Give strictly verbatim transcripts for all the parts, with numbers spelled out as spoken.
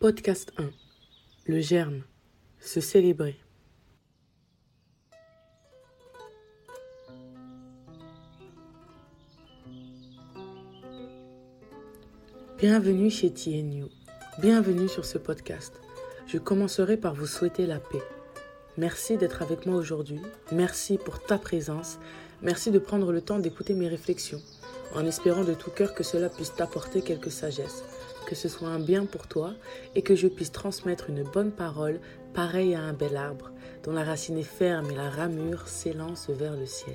Podcast un. Le germe. Se célébrer. Bienvenue chez T N U. Bienvenue sur ce podcast. Je commencerai par vous souhaiter la paix. Merci d'être avec moi aujourd'hui. Merci pour ta présence. Merci de prendre le temps d'écouter mes réflexions, en espérant de tout cœur que cela puisse t'apporter quelque sagesse, que ce soit un bien pour toi et que je puisse transmettre une bonne parole, pareille à un bel arbre, dont la racine est ferme et la ramure s'élance vers le ciel.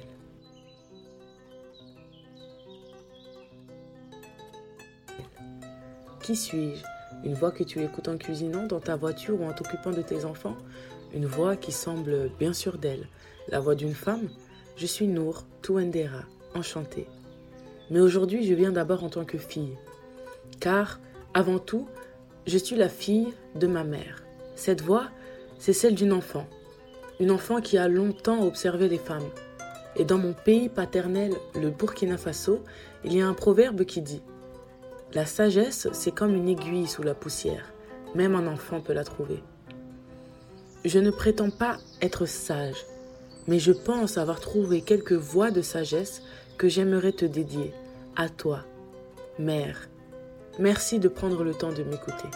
Qui suis-je ? Une voix que tu écoutes en cuisinant, dans ta voiture ou en t'occupant de tes enfants ? Une voix qui semble bien sûre d'elle. La voix d'une femme ? Je suis Nour Touendera, enchantée. Mais aujourd'hui, je viens d'abord en tant que fille. Car, avant tout, je suis la fille de ma mère. Cette voix, c'est celle d'une enfant. Une enfant qui a longtemps observé les femmes. Et dans mon pays paternel, le Burkina Faso, il y a un proverbe qui dit « La sagesse, c'est comme une aiguille sous la poussière. Même un enfant peut la trouver. » Je ne prétends pas être sage, mais je pense avoir trouvé quelques voies de sagesse que j'aimerais te dédier, à toi, mère. Merci de prendre le temps de m'écouter.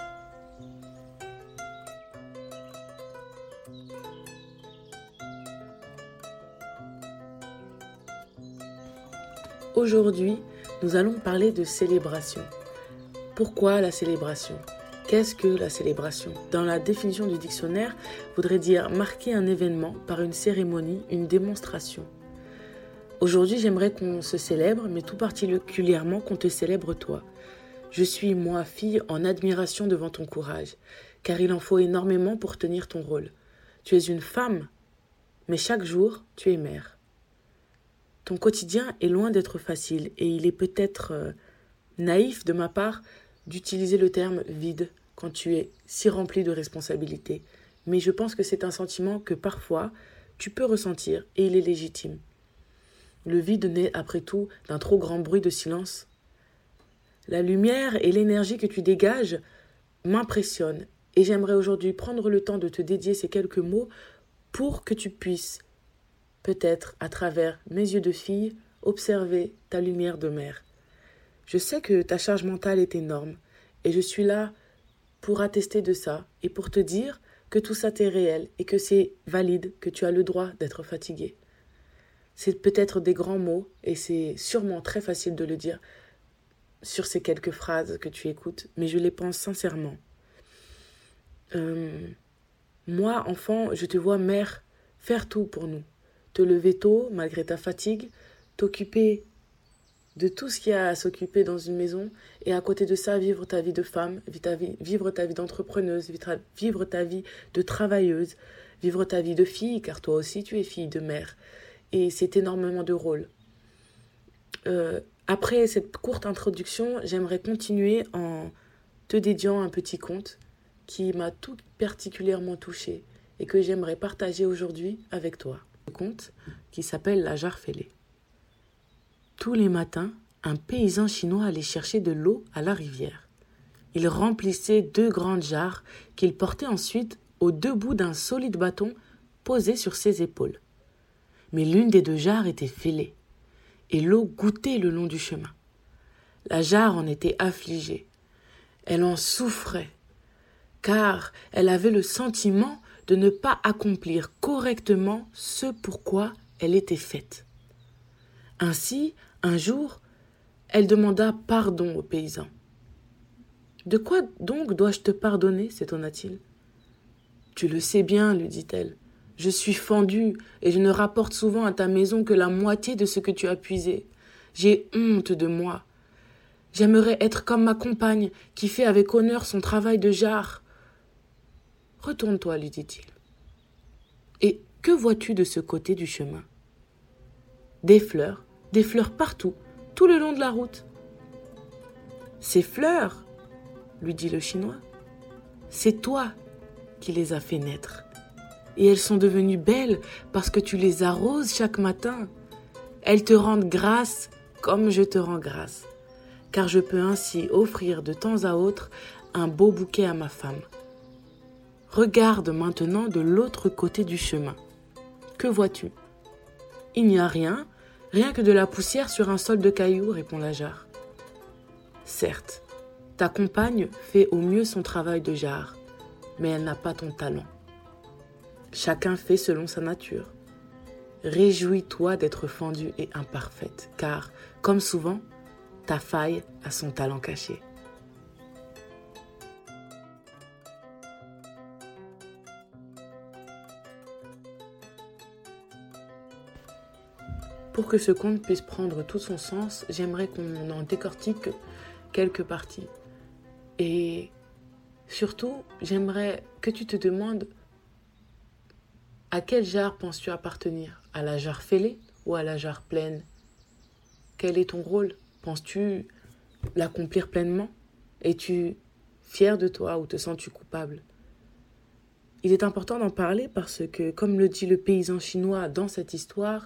Aujourd'hui, nous allons parler de célébration. Pourquoi la célébration ? Qu'est-ce que la célébration ? Dans la définition du dictionnaire, voudrait dire marquer un événement par une cérémonie, une démonstration. Aujourd'hui, j'aimerais qu'on se célèbre, mais tout particulièrement qu'on te célèbre toi. Je suis, moi, fille, en admiration devant ton courage, car il en faut énormément pour tenir ton rôle. Tu es une femme, mais chaque jour, tu es mère. Ton quotidien est loin d'être facile, et il est peut-être euh, naïf de ma part d'utiliser le terme « vide » quand tu es si rempli de responsabilités. Mais je pense que c'est un sentiment que parfois, tu peux ressentir, et il est légitime. Le vide naît après tout d'un trop grand bruit de silence. La lumière et l'énergie que tu dégages m'impressionnent et j'aimerais aujourd'hui prendre le temps de te dédier ces quelques mots pour que tu puisses, peut-être à travers mes yeux de fille, observer ta lumière de mère. Je sais que ta charge mentale est énorme et je suis là pour attester de ça et pour te dire que tout ça t'est réel et que c'est valide, que tu as le droit d'être fatigué. C'est peut-être des grands mots et c'est sûrement très facile de le dire sur ces quelques phrases que tu écoutes, mais je les pense sincèrement. Euh, moi, enfant, je te vois mère faire tout pour nous. Te lever tôt, malgré ta fatigue, t'occuper de tout ce qu'il y a à s'occuper dans une maison et à côté de ça, vivre ta vie de femme, vivre ta vie d'entrepreneuse, vivre ta vie de travailleuse, vivre ta vie de fille, car toi aussi tu es fille de mère. Et c'est énormément de rôles. Euh, après cette courte introduction, j'aimerais continuer en te dédiant un petit conte qui m'a tout particulièrement touchée et que j'aimerais partager aujourd'hui avec toi. Un conte qui s'appelle La jarre fêlée. Tous les matins, un paysan chinois allait chercher de l'eau à la rivière. Il remplissait deux grandes jarres qu'il portait ensuite aux deux bouts d'un solide bâton posé sur ses épaules. Mais l'une des deux jarres était fêlée, et l'eau goûtait le long du chemin. La jarre en était affligée. Elle en souffrait, car elle avait le sentiment de ne pas accomplir correctement ce pourquoi elle était faite. Ainsi, un jour, elle demanda pardon au paysan. « De quoi donc dois-je te pardonner ?» s'étonna-t-il. « Tu le sais bien, lui dit-elle. Je suis fendue et je ne rapporte souvent à ta maison que la moitié de ce que tu as puisé. J'ai honte de moi. J'aimerais être comme ma compagne qui fait avec honneur son travail de jarre. Retourne-toi, lui dit-il. Et que vois-tu de ce côté du chemin ? Des fleurs, des fleurs partout, tout le long de la route. Ces fleurs, lui dit le Chinois, c'est toi qui les as fait naître. Et elles sont devenues belles parce que tu les arroses chaque matin. Elles te rendent grâce comme je te rends grâce. car je peux ainsi offrir de temps à autre un beau bouquet à ma femme. Regarde maintenant de l'autre côté du chemin. Que vois-tu ? Il n'y a rien, rien que de la poussière sur un sol de cailloux, répond la jarre. Certes, ta compagne fait au mieux son travail de jarre, mais elle n'a pas ton talent. Chacun fait selon sa nature. Réjouis-toi d'être fendue et imparfaite, car, comme souvent, ta faille a son talent caché. Pour que ce conte puisse prendre tout son sens, j'aimerais qu'on en décortique quelques parties. Et surtout, j'aimerais que tu te demandes à quelle jarre penses-tu appartenir ? À la jarre fêlée ou à la jarre pleine ? Quel est ton rôle ? Penses-tu l'accomplir pleinement ? Es-tu fier de toi ou te sens-tu coupable ? Il est important d'en parler parce que, comme le dit le paysan chinois dans cette histoire,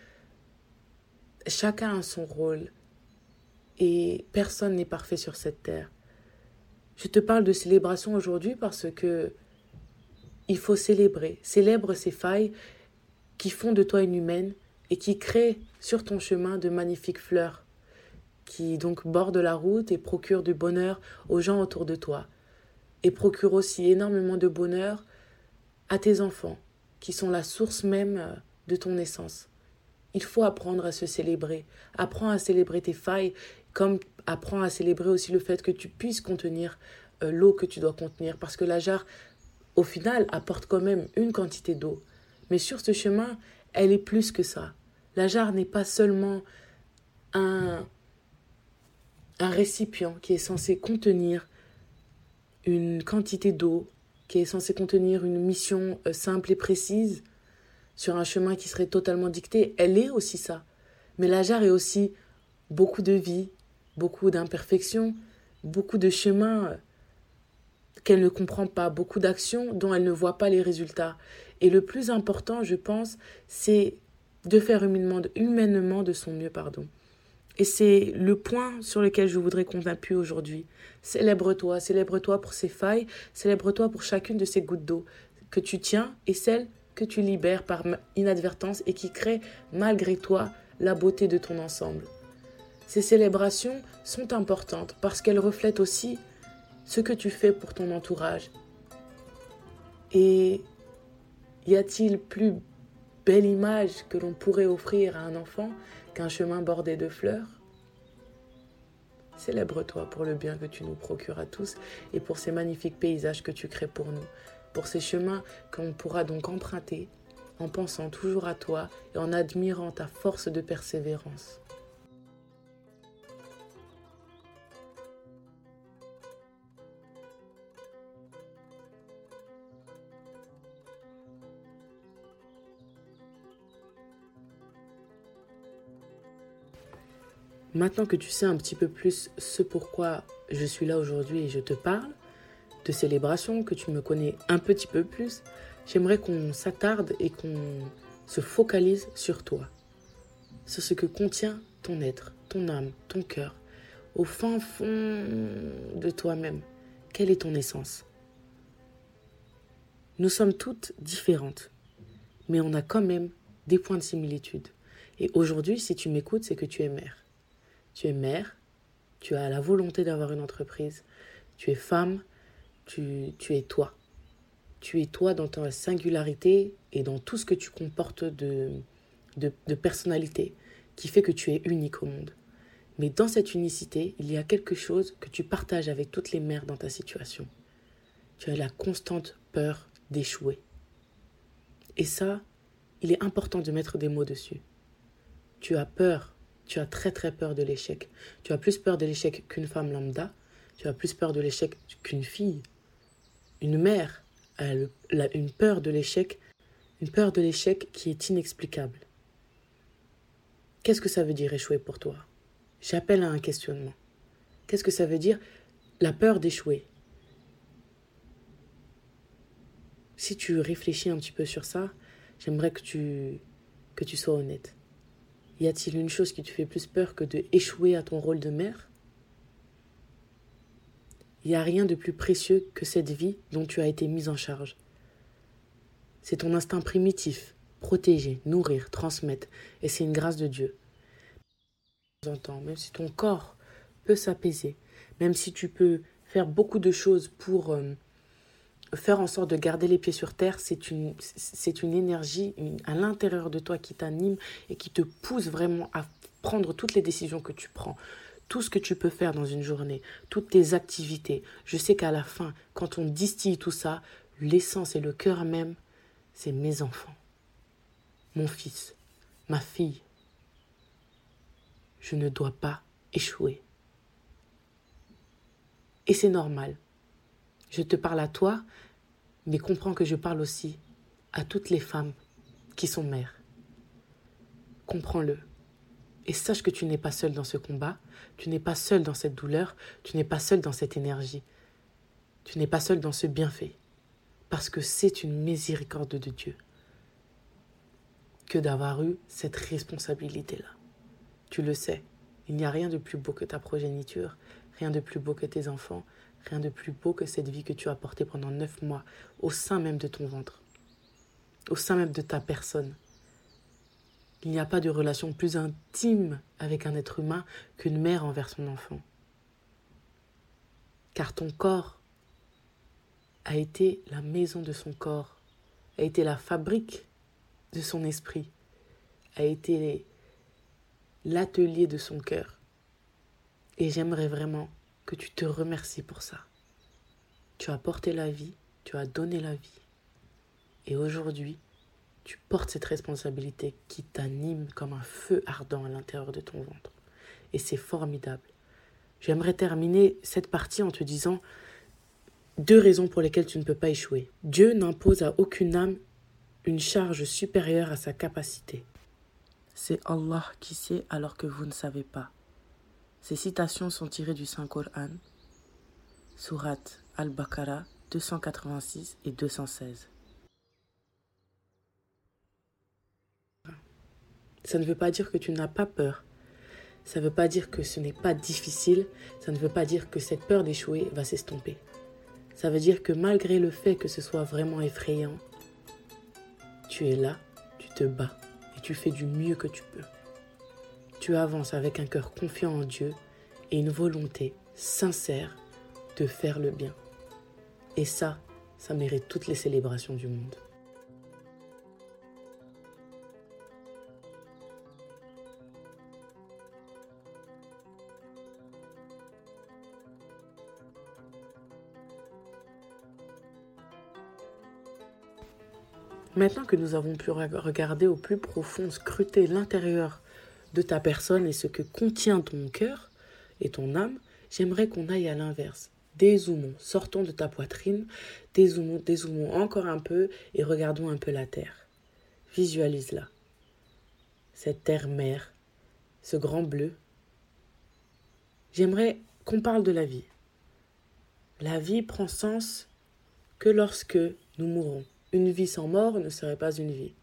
chacun a son rôle et personne n'est parfait sur cette terre. Je te parle de célébration aujourd'hui parce que il faut célébrer. Célèbre ces failles qui font de toi une humaine et qui créent sur ton chemin de magnifiques fleurs qui donc bordent la route et procurent du bonheur aux gens autour de toi et procurent aussi énormément de bonheur à tes enfants qui sont la source même de ton essence. Il faut apprendre à se célébrer. Apprends à célébrer tes failles, comme apprends à célébrer aussi le fait que tu puisses contenir euh, l'eau que tu dois contenir. Parce que la jarre, au final, apporte quand même une quantité d'eau. Mais sur ce chemin, elle est plus que ça. La jarre n'est pas seulement un, un récipient qui est censé contenir une quantité d'eau, qui est censé contenir une mission euh, simple et précise, sur un chemin qui serait totalement dicté, elle est aussi ça. Mais la jarre est aussi beaucoup de vie, beaucoup d'imperfections, beaucoup de chemins qu'elle ne comprend pas, beaucoup d'actions dont elle ne voit pas les résultats. Et le plus important, je pense, c'est de faire humainement, humainement de son mieux, pardon. Et c'est le point sur lequel je voudrais qu'on appuie aujourd'hui. Célèbre-toi, célèbre-toi pour ces failles, célèbre-toi pour chacune de ces gouttes d'eau que tu tiens et celles que tu libères par inadvertance et qui créent malgré toi la beauté de ton ensemble. Ces célébrations sont importantes parce qu'elles reflètent aussi ce que tu fais pour ton entourage. Et y a-t-il plus belle image que l'on pourrait offrir à un enfant qu'un chemin bordé de fleurs ? Célèbre-toi pour le bien que tu nous procures à tous et pour ces magnifiques paysages que tu crées pour nous. Pour ces chemins qu'on pourra donc emprunter en pensant toujours à toi et en admirant ta force de persévérance. Maintenant que tu sais un petit peu plus ce pourquoi je suis là aujourd'hui et je te parle, de célébration, que tu me connais un petit peu plus, j'aimerais qu'on s'attarde et qu'on se focalise sur toi, sur ce que contient ton être, ton âme, ton cœur, au fin fond de toi-même. Quelle est ton essence ? Nous sommes toutes différentes, mais on a quand même des points de similitude. Et aujourd'hui, si tu m'écoutes, c'est que tu es mère. Tu es mère, tu as la volonté d'avoir une entreprise, tu es femme, Tu, tu es toi. Tu es toi dans ta singularité et dans tout ce que tu comportes de, de, de personnalité qui fait que tu es unique au monde. Mais dans cette unicité, il y a quelque chose que tu partages avec toutes les mères dans ta situation. Tu as la constante peur d'échouer. Et ça, il est important de mettre des mots dessus. Tu as peur, tu as très très peur de l'échec. Tu as plus peur de l'échec qu'une femme lambda, tu as plus peur de l'échec qu'une fille. Une mère a le, la, une peur de l'échec, une peur de l'échec qui est inexplicable. Qu'est-ce que ça veut dire échouer pour toi ? J'appelle à un questionnement. Qu'est-ce que ça veut dire la peur d'échouer ? Si tu réfléchis un petit peu sur ça, j'aimerais que tu, que tu sois honnête. Y a-t-il une chose qui te fait plus peur que d'échouer à ton rôle de mère ? Il n'y a rien de plus précieux que cette vie dont tu as été mise en charge. C'est ton instinct primitif, protéger, nourrir, transmettre, et c'est une grâce de Dieu. Même si ton corps peut s'apaiser, même si tu peux faire beaucoup de choses pour euh, faire en sorte de garder les pieds sur terre, c'est une, c'est une énergie une, à l'intérieur de toi qui t'anime et qui te pousse vraiment à prendre toutes les décisions que tu prends, tout ce que tu peux faire dans une journée, toutes tes activités. Je sais qu'à la fin, quand on distille tout ça, l'essence et le cœur même, c'est mes enfants, mon fils, ma fille. Je ne dois pas échouer. Et c'est normal. Je te parle à toi, mais comprends que je parle aussi à toutes les femmes qui sont mères. Comprends-le. Et sache que tu n'es pas seule dans ce combat, tu n'es pas seule dans cette douleur, tu n'es pas seule dans cette énergie. Tu n'es pas seule dans ce bienfait. Parce que c'est une miséricorde de Dieu que d'avoir eu cette responsabilité-là. Tu le sais, il n'y a rien de plus beau que ta progéniture, rien de plus beau que tes enfants, rien de plus beau que cette vie que tu as portée pendant neuf mois au sein même de ton ventre, au sein même de ta personne. Il n'y a pas de relation plus intime avec un être humain qu'une mère envers son enfant. Car ton corps a été la maison de son corps, a été la fabrique de son esprit, a été l'atelier de son cœur. Et j'aimerais vraiment que tu te remercies pour ça. Tu as porté la vie, tu as donné la vie. Et aujourd'hui, tu portes cette responsabilité qui t'anime comme un feu ardent à l'intérieur de ton ventre. Et c'est formidable. J'aimerais terminer cette partie en te disant deux raisons pour lesquelles tu ne peux pas échouer. Dieu n'impose à aucune âme une charge supérieure à sa capacité. C'est Allah qui sait alors que vous ne savez pas. Ces citations sont tirées du Saint-Coran, Sourate Al-Baqarah deux cent quatre-vingt-six et deux cent seize. Ça ne veut pas dire que tu n'as pas peur. Ça ne veut pas dire que ce n'est pas difficile. Ça ne veut pas dire que cette peur d'échouer va s'estomper. Ça veut dire que malgré le fait que ce soit vraiment effrayant, tu es là, tu te bats et tu fais du mieux que tu peux. Tu avances avec un cœur confiant en Dieu et une volonté sincère de faire le bien. Et ça, ça mérite toutes les célébrations du monde. Maintenant que nous avons pu regarder au plus profond, scruter l'intérieur de ta personne et ce que contient ton cœur et ton âme, j'aimerais qu'on aille à l'inverse. Dézoomons, sortons de ta poitrine, dézoomons, dézoomons encore un peu et regardons un peu la terre. Visualise-la. Cette terre-mère, ce grand bleu. J'aimerais qu'on parle de la vie. La vie prend sens que lorsque nous mourrons. Une vie sans mort ne serait pas une vie.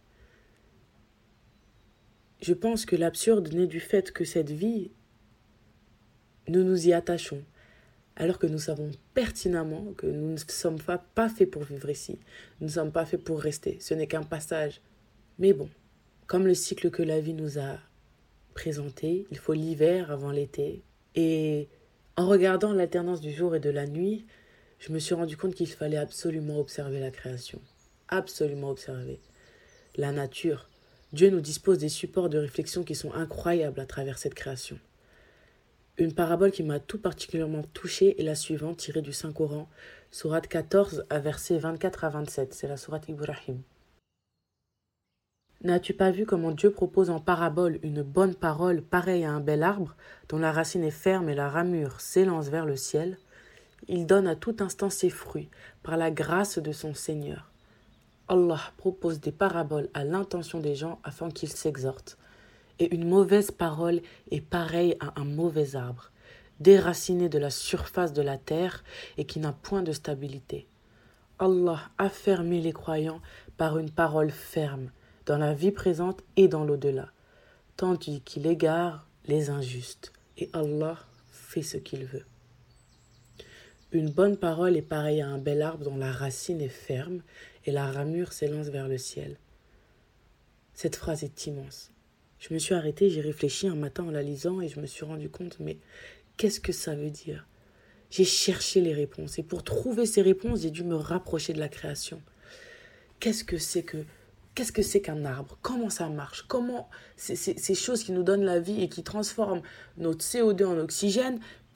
Je pense que l'absurde naît du fait que cette vie, nous nous y attachons, alors que nous savons pertinemment que nous ne sommes pas, pas faits pour vivre ici. Nous ne sommes pas faits pour rester. Ce n'est qu'un passage. Mais bon, comme le cycle que la vie nous a présenté, il faut l'hiver avant l'été. Et en regardant l'alternance du jour et de la nuit, je me suis rendu compte qu'il fallait absolument observer la création. Absolument observer la nature. Dieu nous dispose des supports de réflexion qui sont incroyables à travers cette création. Une parabole qui m'a tout particulièrement touchée est la suivante, tirée du Saint-Coran, sourate quatorze, à versets vingt-quatre à vingt-sept. C'est la sourate Ibrahim. N'as-tu pas vu comment Dieu propose en parabole une bonne parole pareille à un bel arbre, dont la racine est ferme et la ramure s'élance vers le ciel? Il donne à tout instant ses fruits, par la grâce de son Seigneur. Allah propose des paraboles à l'intention des gens afin qu'ils s'exhortent. Et une mauvaise parole est pareille à un mauvais arbre, déraciné de la surface de la terre et qui n'a point de stabilité. Allah affermit les croyants par une parole ferme, dans la vie présente et dans l'au-delà, tandis qu'il égare les injustes. Et Allah fait ce qu'il veut. Une bonne parole est pareille à un bel arbre dont la racine est ferme et la ramure s'élance vers le ciel. Cette phrase est immense. Je me suis arrêtée, j'ai réfléchi un matin en la lisant et je me suis rendu compte, mais qu'est-ce que ça veut dire ? J'ai cherché les réponses et pour trouver ces réponses, j'ai dû me rapprocher de la création. Qu'est-ce que c'est que, qu'est-ce que c'est qu'un arbre ? Comment ça marche ? Comment ces, ces, ces choses qui nous donnent la vie et qui transforment notre C O deux en oxygène poussent ?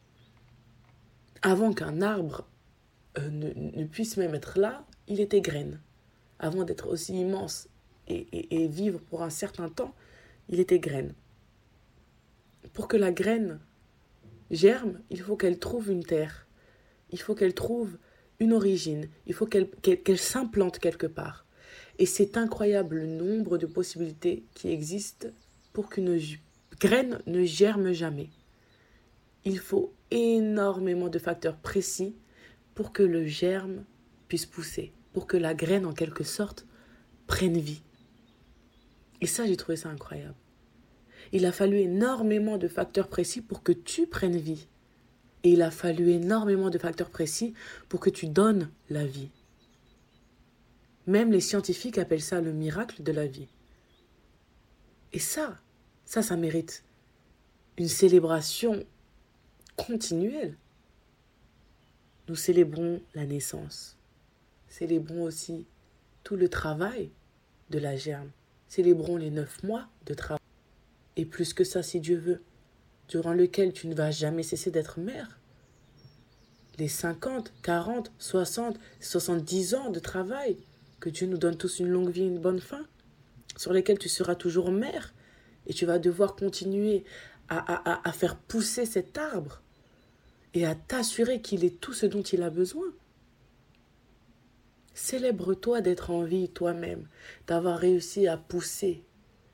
Avant qu'un arbre euh, ne, ne puisse même être là, il était graine. Avant d'être aussi immense et, et, et vivre pour un certain temps, il était graine. Pour que la graine germe, il faut qu'elle trouve une terre. Il faut qu'elle trouve une origine. Il faut qu'elle, qu'elle, qu'elle s'implante quelque part. Et c'est incroyable le nombre de possibilités qui existent pour qu'une graine ne germe jamais. Il faut énormément de facteurs précis pour que le germe puisse pousser, pour que la graine, en quelque sorte, prenne vie. Et ça, j'ai trouvé ça incroyable. Il a fallu énormément de facteurs précis pour que tu prennes vie. Et il a fallu énormément de facteurs précis pour que tu donnes la vie. Même les scientifiques appellent ça le miracle de la vie. Et ça, ça, ça mérite une célébration continuelle. Nous célébrons la naissance. Célébrons aussi tout le travail de la germe. Célébrons les neuf mois de travail. Et plus que ça, si Dieu veut, durant lequel tu ne vas jamais cesser d'être mère. Les cinquante, quarante, soixante, soixante-dix ans de travail, que Dieu nous donne tous une longue vie, une bonne fin, sur lesquels tu seras toujours mère, et tu vas devoir continuer à, à, à faire pousser cet arbre, et à t'assurer qu'il est tout ce dont il a besoin. Célèbre-toi d'être en vie toi-même, d'avoir réussi à pousser.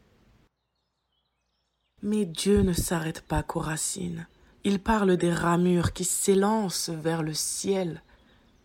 Mais Dieu ne s'arrête pas qu'aux racines. Il parle des ramures qui s'élancent vers le ciel. Pourquoi ?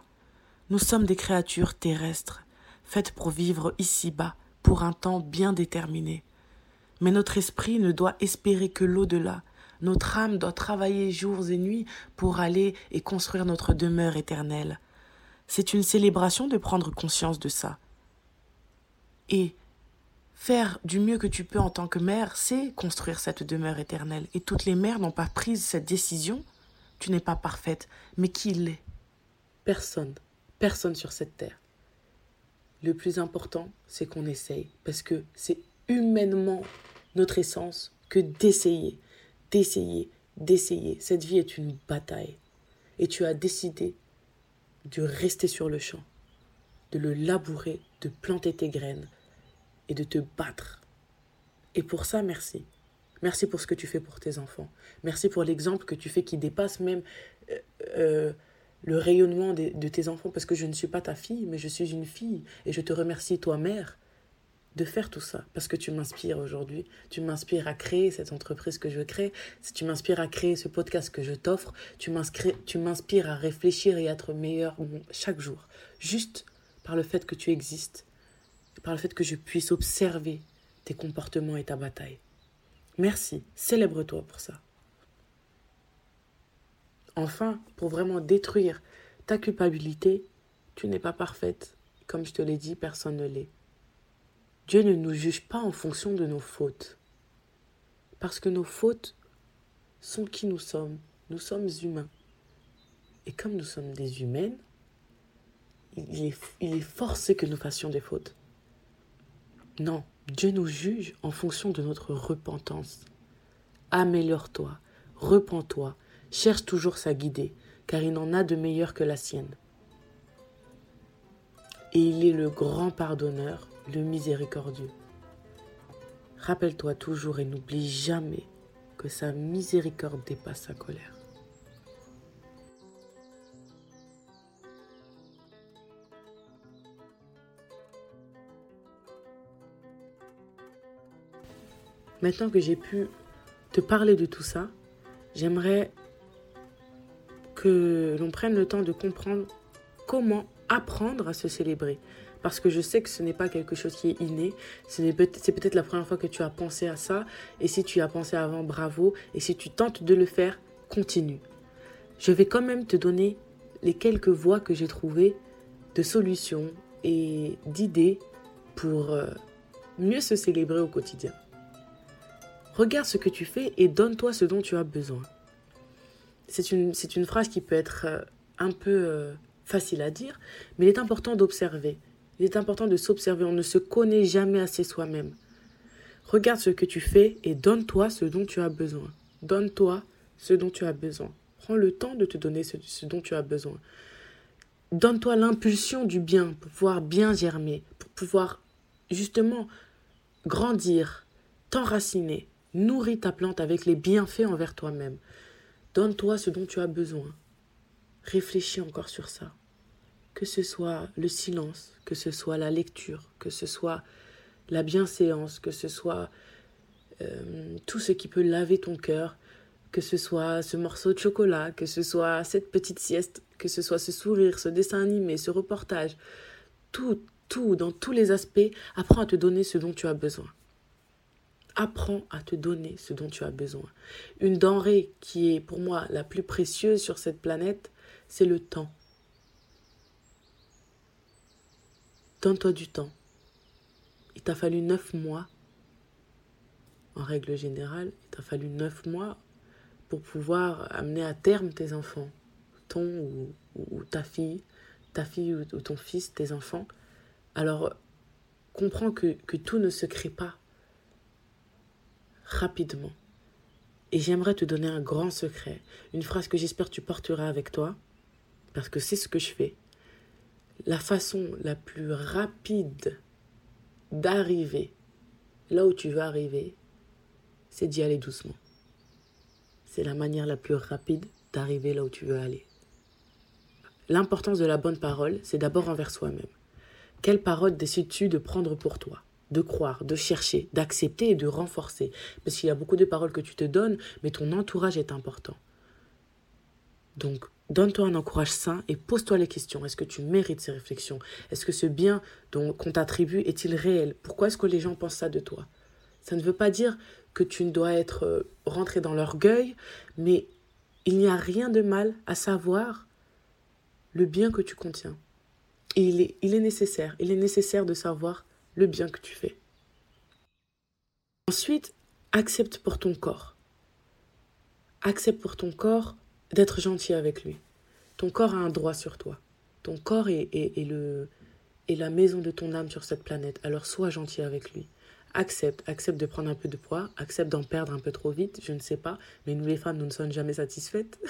Nous sommes des créatures terrestres, faites pour vivre ici-bas, pour un temps bien déterminé. Mais notre esprit ne doit espérer que l'au-delà. Notre âme doit travailler jours et nuits pour aller et construire notre demeure éternelle. C'est une célébration de prendre conscience de ça. Et faire du mieux que tu peux en tant que mère, c'est construire cette demeure éternelle. Et toutes les mères n'ont pas pris cette décision. Tu n'es pas parfaite, mais qui l'est ? Personne. Personne sur cette terre. Le plus important, c'est qu'on essaye. Parce que c'est humainement notre essence que d'essayer, d'essayer, d'essayer. Cette vie est une bataille. Et tu as décidé de rester sur le champ, de le labourer, de planter tes graines et de te battre. Et pour ça, merci. Merci pour ce que tu fais pour tes enfants. Merci pour l'exemple que tu fais qui dépasse même euh, euh, le rayonnement de, de tes enfants, parce que je ne suis pas ta fille, mais je suis une fille. Et je te remercie, toi, mère, de faire tout ça, parce que tu m'inspires aujourd'hui. Tu m'inspires à créer cette entreprise que je crée. Tu m'inspires à créer ce podcast que je t'offre. Tu tu m'inspires à réfléchir et à être meilleur chaque jour. Juste par le fait que tu existes, par le fait que je puisse observer tes comportements et ta bataille. Merci, célèbre-toi pour ça. Enfin, pour vraiment détruire ta culpabilité, tu n'es pas parfaite. Comme je te l'ai dit, personne ne l'est. Dieu ne nous juge pas en fonction de nos fautes. Parce que nos fautes sont qui nous sommes. Nous sommes humains. Et comme nous sommes des humaines, il est, il est forcé que nous fassions des fautes. Non, Dieu nous juge en fonction de notre repentance. Améliore-toi, repens-toi, cherche toujours sa guidée, car il n'en a de meilleur que la sienne. Et il est le grand pardonneur, le miséricordieux. Rappelle-toi toujours et n'oublie jamais que sa miséricorde dépasse sa colère. Maintenant que j'ai pu te parler de tout ça, j'aimerais que l'on prenne le temps de comprendre comment apprendre à se célébrer. Parce que je sais que ce n'est pas quelque chose qui est inné, ce n'est peut- c'est peut-être la première fois que tu as pensé à ça, et si tu y as pensé avant, bravo, et si tu tentes de le faire, continue. je vais quand même te donner les quelques voies que j'ai trouvées de solutions et d'idées pour euh, mieux se célébrer au quotidien. Regarde ce que tu fais et donne-toi ce dont tu as besoin. C'est une, c'est une phrase qui peut être euh, un peu euh, facile à dire, mais il est important d'observer. Il est important de s'observer. On ne se connaît jamais assez soi-même. Regarde ce que tu fais et donne-toi ce dont tu as besoin. Donne-toi ce dont tu as besoin. Prends le temps de te donner ce, ce dont tu as besoin. Donne-toi l'impulsion du bien pour pouvoir bien germer, pour pouvoir justement grandir, t'enraciner. Nourris ta plante avec les bienfaits envers toi-même. Donne-toi ce dont tu as besoin. Réfléchis encore sur ça. Que ce soit le silence, que ce soit la lecture, que ce soit la bienséance, que ce soit euh, tout ce qui peut laver ton cœur, que ce soit ce morceau de chocolat, que ce soit cette petite sieste, que ce soit ce sourire, ce dessin animé, ce reportage. Tout, tout, dans tous les aspects, apprends à te donner ce dont tu as besoin. Apprends à te donner ce dont tu as besoin. Une denrée qui est pour moi la plus précieuse sur cette planète, c'est le temps. Donne-toi du temps. Il t'a fallu neuf mois, en règle générale, il t'a fallu neuf mois pour pouvoir amener à terme tes enfants, ton ou, ou ta fille, ta fille ou, ou ton fils, tes enfants. Alors, comprends que, que tout ne se crée pas rapidement. Et j'aimerais te donner un grand secret, une phrase que j'espère que tu porteras avec toi, parce que c'est ce que je fais. La façon la plus rapide d'arriver là où tu veux arriver, c'est d'y aller doucement. C'est la manière la plus rapide d'arriver là où tu veux aller. L'importance de la bonne parole, c'est d'abord envers soi-même. Quelle parole décides-tu de prendre pour toi ? De croire, de chercher, d'accepter et de renforcer. Parce qu'il y a beaucoup de paroles que tu te donnes, mais ton entourage est important. Donc, donne-toi un encourage sain et pose-toi les questions. Est-ce que tu mérites ces réflexions ? Est-ce que ce bien dont, qu'on t'attribue est-il réel ? Pourquoi est-ce que les gens pensent ça de toi ? Ça ne veut pas dire que tu ne dois être euh, rentré dans l'orgueil, mais il n'y a rien de mal à savoir le bien que tu contiens. Et il est, il est nécessaire, il est nécessaire de savoir le bien que tu fais. Ensuite, accepte pour ton corps. Accepte pour ton corps d'être gentil avec lui. Ton corps a un droit sur toi. Ton corps est, est, est, le, est la maison de ton âme sur cette planète. Alors sois gentil avec lui. Accepte, accepte de prendre un peu de poids, accepte d'en perdre un peu trop vite, je ne sais pas, mais nous les femmes, nous ne sommes jamais satisfaites.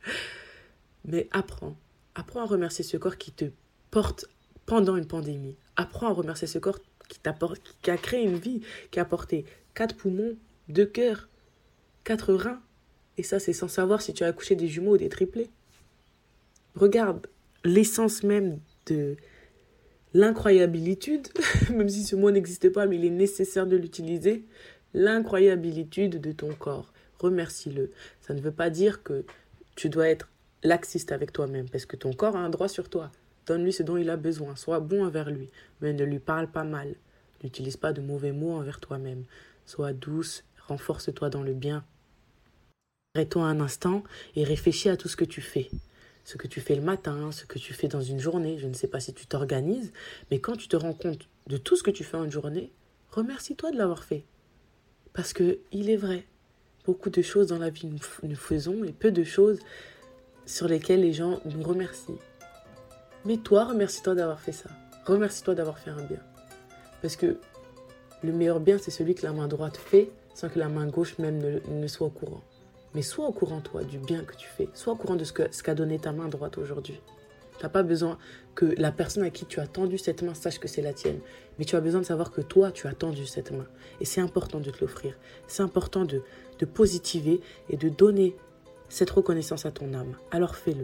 Mais apprends, apprends à remercier ce corps qui te porte pendant une pandémie. Apprends à remercier ce corps qui, qui a créé une vie, qui a porté quatre poumons, deux cœurs, quatre reins. Et ça, c'est sans savoir si tu as accouché des jumeaux ou des triplés. Regarde l'essence même de l'incroyabilitude, même si ce mot n'existe pas, mais il est nécessaire de l'utiliser, l'incroyabilitude de ton corps. Remercie-le. Ça ne veut pas dire que tu dois être laxiste avec toi-même, parce que ton corps a un droit sur toi. Donne-lui ce dont il a besoin. Sois bon envers lui, mais ne lui parle pas mal. N'utilise pas de mauvais mots envers toi-même. Sois douce, renforce-toi dans le bien. Arrête-toi un instant et réfléchis à tout ce que tu fais. Ce que tu fais le matin, ce que tu fais dans une journée. Je ne sais pas si tu t'organises, mais quand tu te rends compte de tout ce que tu fais en une journée, remercie-toi de l'avoir fait. Parce que il est vrai, beaucoup de choses dans la vie nous, nous faisons et peu de choses sur lesquelles les gens nous remercient. Mais toi, remercie-toi d'avoir fait ça. Remercie-toi d'avoir fait un bien. Parce que le meilleur bien, c'est celui que la main droite fait sans que la main gauche même ne, ne soit au courant. Mais sois au courant, toi, du bien que tu fais. Sois au courant de ce, que, ce qu'a donné ta main droite aujourd'hui. Tu n'as pas besoin que la personne à qui tu as tendu cette main sache que c'est la tienne. Mais tu as besoin de savoir que toi, tu as tendu cette main. Et c'est important de te l'offrir. C'est important de, de positiver et de donner cette reconnaissance à ton âme. Alors fais-le.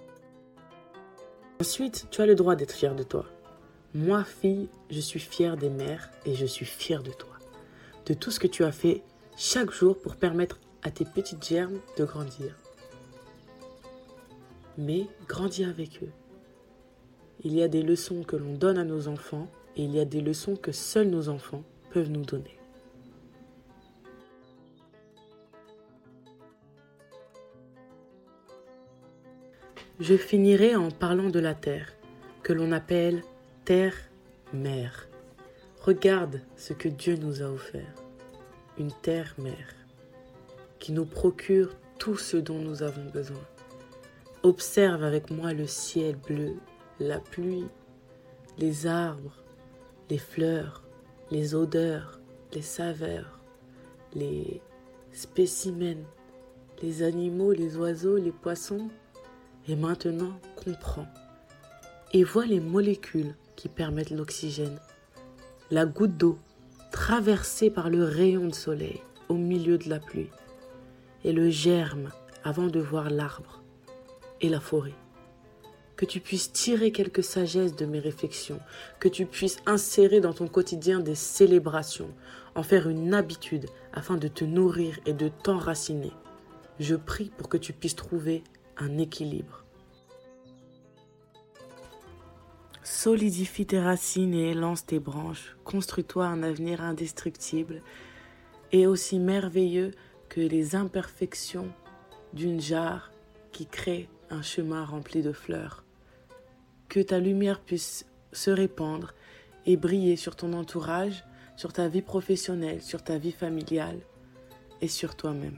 Ensuite, tu as le droit d'être fière de toi. Moi, fille, je suis fière des mères et je suis fière de toi. De tout ce que tu as fait chaque jour pour permettre à tes petites germes de grandir. Mais grandis avec eux. Il y a des leçons que l'on donne à nos enfants et il y a des leçons que seuls nos enfants peuvent nous donner. Je finirai en parlant de la terre, que l'on appelle terre-mère. Regarde ce que Dieu nous a offert, une terre-mère qui nous procure tout ce dont nous avons besoin. Observe avec moi le ciel bleu, la pluie, les arbres, les fleurs, les odeurs, les saveurs, les spécimens, les animaux, les oiseaux, les poissons. Et maintenant, comprends et vois les molécules qui permettent l'oxygène. La goutte d'eau traversée par le rayon de soleil au milieu de la pluie et le germe avant de voir l'arbre et la forêt. Que tu puisses tirer quelque sagesse de mes réflexions, que tu puisses insérer dans ton quotidien des célébrations, en faire une habitude afin de te nourrir et de t'enraciner. Je prie pour que tu puisses trouver un équilibre. Solidifie tes racines et élance tes branches. Construis-toi un avenir indestructible et aussi merveilleux que les imperfections d'une jarre qui crée un chemin rempli de fleurs. Que ta lumière puisse se répandre et briller sur ton entourage, sur ta vie professionnelle, sur ta vie familiale et sur toi-même.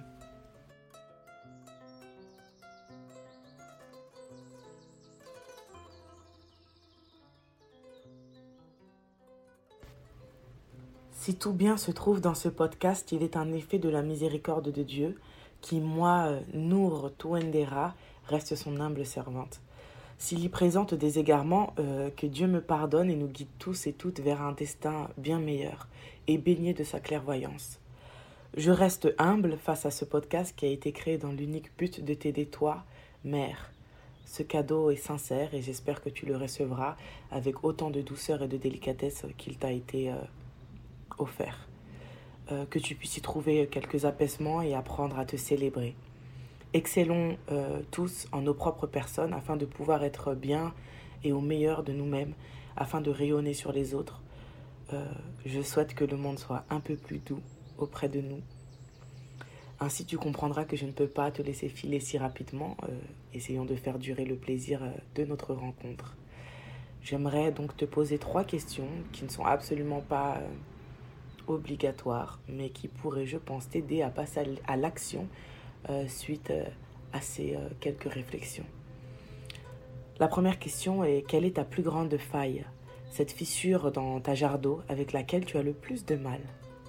Si tout bien se trouve dans ce podcast, il est un effet de la miséricorde de Dieu qui, moi, Nour Touendera, reste son humble servante. S'il y présente des égarements, euh, que Dieu me pardonne et nous guide tous et toutes vers un destin bien meilleur et baigné de sa clairvoyance. Je reste humble face à ce podcast qui a été créé dans l'unique but de t'aider toi, mère. Ce cadeau est sincère et j'espère que tu le recevras avec autant de douceur et de délicatesse qu'il t'a été euh, offert. Euh, que tu puisses y trouver quelques apaisements et apprendre à te célébrer. Excellons euh, tous en nos propres personnes afin de pouvoir être bien et au meilleur de nous-mêmes, afin de rayonner sur les autres. Euh, je souhaite que le monde soit un peu plus doux auprès de nous. Ainsi, tu comprendras que je ne peux pas te laisser filer si rapidement. Euh, essayons de faire durer le plaisir euh, de notre rencontre. J'aimerais donc te poser trois questions qui ne sont absolument pas euh, obligatoires, mais qui pourraient, je pense, t'aider à passer à l'action Euh, suite euh, à ces euh, quelques réflexions. La première question est: quelle est ta plus grande faille, cette fissure dans ta jarre d'eau avec laquelle tu as le plus de mal?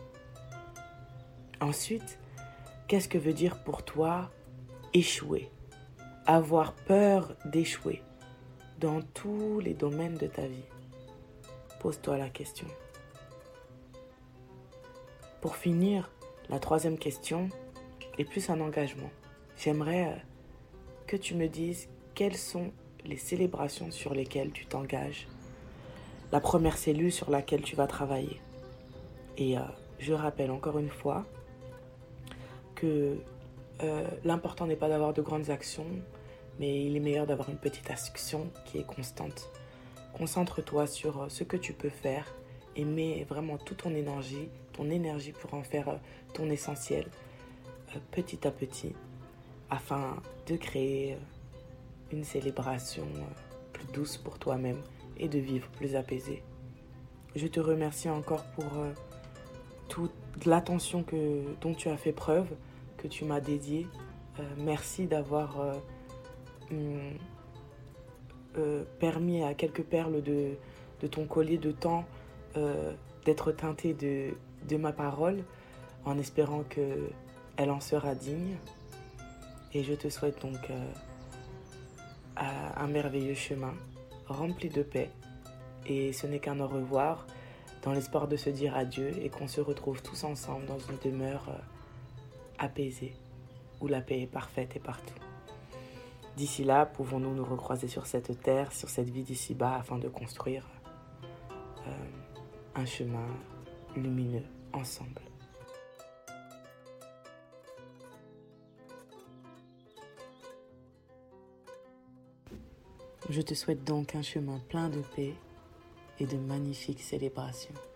Ensuite, qu'est-ce que veut dire pour toi échouer, avoir peur d'échouer dans tous les domaines de ta vie? Pose-toi la question. Pour finir, la troisième question et plus un engagement. J'aimerais euh, que tu me dises quelles sont les célébrations sur lesquelles tu t'engages, la première cellule sur laquelle tu vas travailler. Et euh, je rappelle encore une fois que euh, l'important n'est pas d'avoir de grandes actions, mais il est meilleur d'avoir une petite action qui est constante. Concentre-toi sur euh, ce que tu peux faire et mets vraiment toute ton énergie, ton énergie pour en faire euh, ton essentiel, petit à petit, afin de créer une célébration plus douce pour toi-même et de vivre plus apaisé. Je te remercie encore pour euh, toute l'attention que, dont tu as fait preuve, que tu m'as dédiée. Euh, merci d'avoir euh, hum, euh, permis à quelques perles de, de ton collier de temps euh, d'être teintées de, de ma parole, en espérant que elle en sera digne. Et je te souhaite donc euh, un merveilleux chemin rempli de paix. Et ce n'est qu'un au revoir dans l'espoir de se dire adieu et qu'on se retrouve tous ensemble dans une demeure euh, apaisée où la paix est parfaite et partout. D'ici là, pouvons-nous nous recroiser sur cette terre, sur cette vie d'ici-bas afin de construire euh, un chemin lumineux ensemble. Je te souhaite donc un chemin plein de paix et de magnifiques célébrations.